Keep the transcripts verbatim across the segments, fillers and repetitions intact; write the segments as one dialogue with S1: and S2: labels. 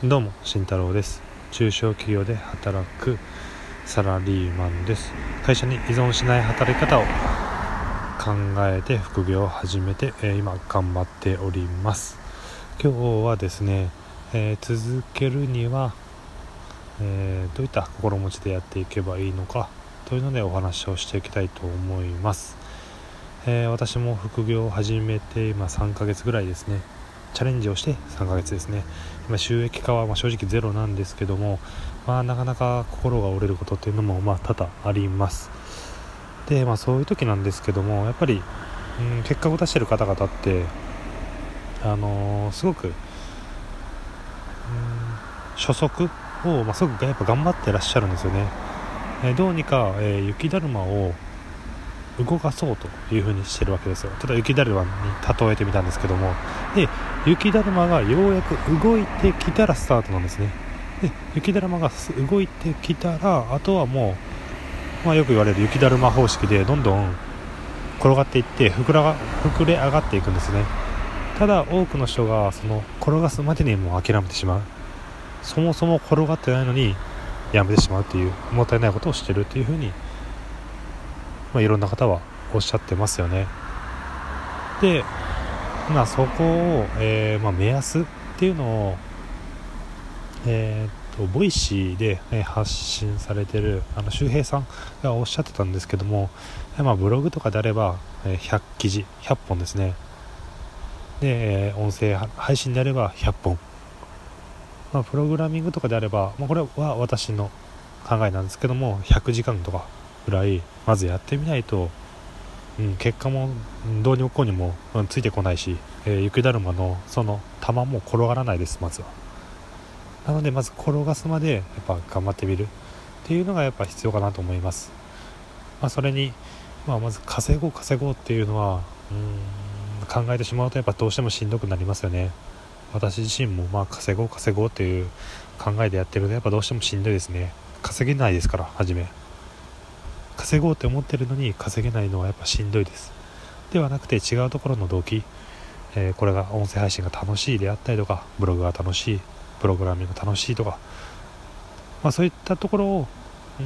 S1: どうも慎太郎です。中小企業で働くサラリーマンです。会社に依存しない働き方を考えて副業を始めて、えー、今頑張っております。今日はですね、えー、続けるには、えー、どういった心持ちでやっていけばいいのかというのでお話をしていきたいと思います。えー、私も副業を始めて今さんかげつぐらいですね。チャレンジをしてさんかげつですね。今収益化はまあ正直ゼロなんですけども、まあ、なかなか心が折れることっていうのもまあ多々あります。で、まあ、そういう時なんですけども、やっぱり、うん、結果を出している方々って、あのー、すごく、うん、初速を、まあ、すごくやっぱ頑張ってらっしゃるんですよね。えー、どうにか、えー、雪だるまを動かそうという風にしてるわけですよ。ただ雪だるまに例えてみたんですけども、で雪だるまがようやく動いてきたらスタートなんですね。で雪だるまが動いてきたら、あとはもう、まあ、よく言われる雪だるま方式でどんどん転がっていって膨らが膨れ上がっていくんですね。ただ多くの人がその転がすまでにもう諦めてしまう。そもそも転がってないのにやめてしまうっていうもったいないことをしてるっていう風に、まあ、いろんな方はおっしゃってますよね。で、まあ、そこを、えーまあ、目安っていうのを、えー、とボイシーで、えー、発信されているあの周平さんがおっしゃってたんですけども、まあ、ブログとかであれば、えー、ひゃくきじひゃっぽんですね。で、えー、音声配信であればひゃっぽん、まあ、プログラミングとかであれば、まあ、これは私の考えなんですけどもひゃくじかんとかぐらいまずやってみないと、うん、結果もどうにもこうにも、うん、ついてこないし、えー、雪だるまのその玉も転がらないです。まずはなのでまず転がすまでやっぱ頑張ってみるっていうのがやっぱ必要かなと思います。まあ、それに、まあ、まず稼ごう稼ごうっていうのはうーん考えてしまうとやっぱどうしてもしんどくなりますよね。私自身もまあ稼ごう稼ごうっていう考えでやってるとやっぱどうしてもしんどいですね。稼げないですから。初め稼ごうって思ってるのに稼げないのはやっぱしんどいです。ではなくて違うところの動機、えー、これが音声配信が楽しいであったりとか、ブログが楽しい、プログラミングが楽しいとか、まあ、そういったところをう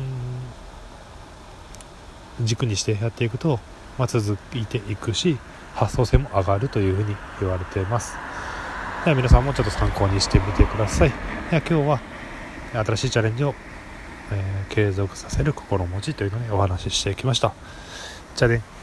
S1: ーん軸にしてやっていくと、まあ、続いていくし発想性も上がるというふうに言われています。では皆さんもちょっと参考にしてみてください。では今日は新しいチャレンジを、えー、継続させる心持ちというのにお話ししてきました。じゃあね。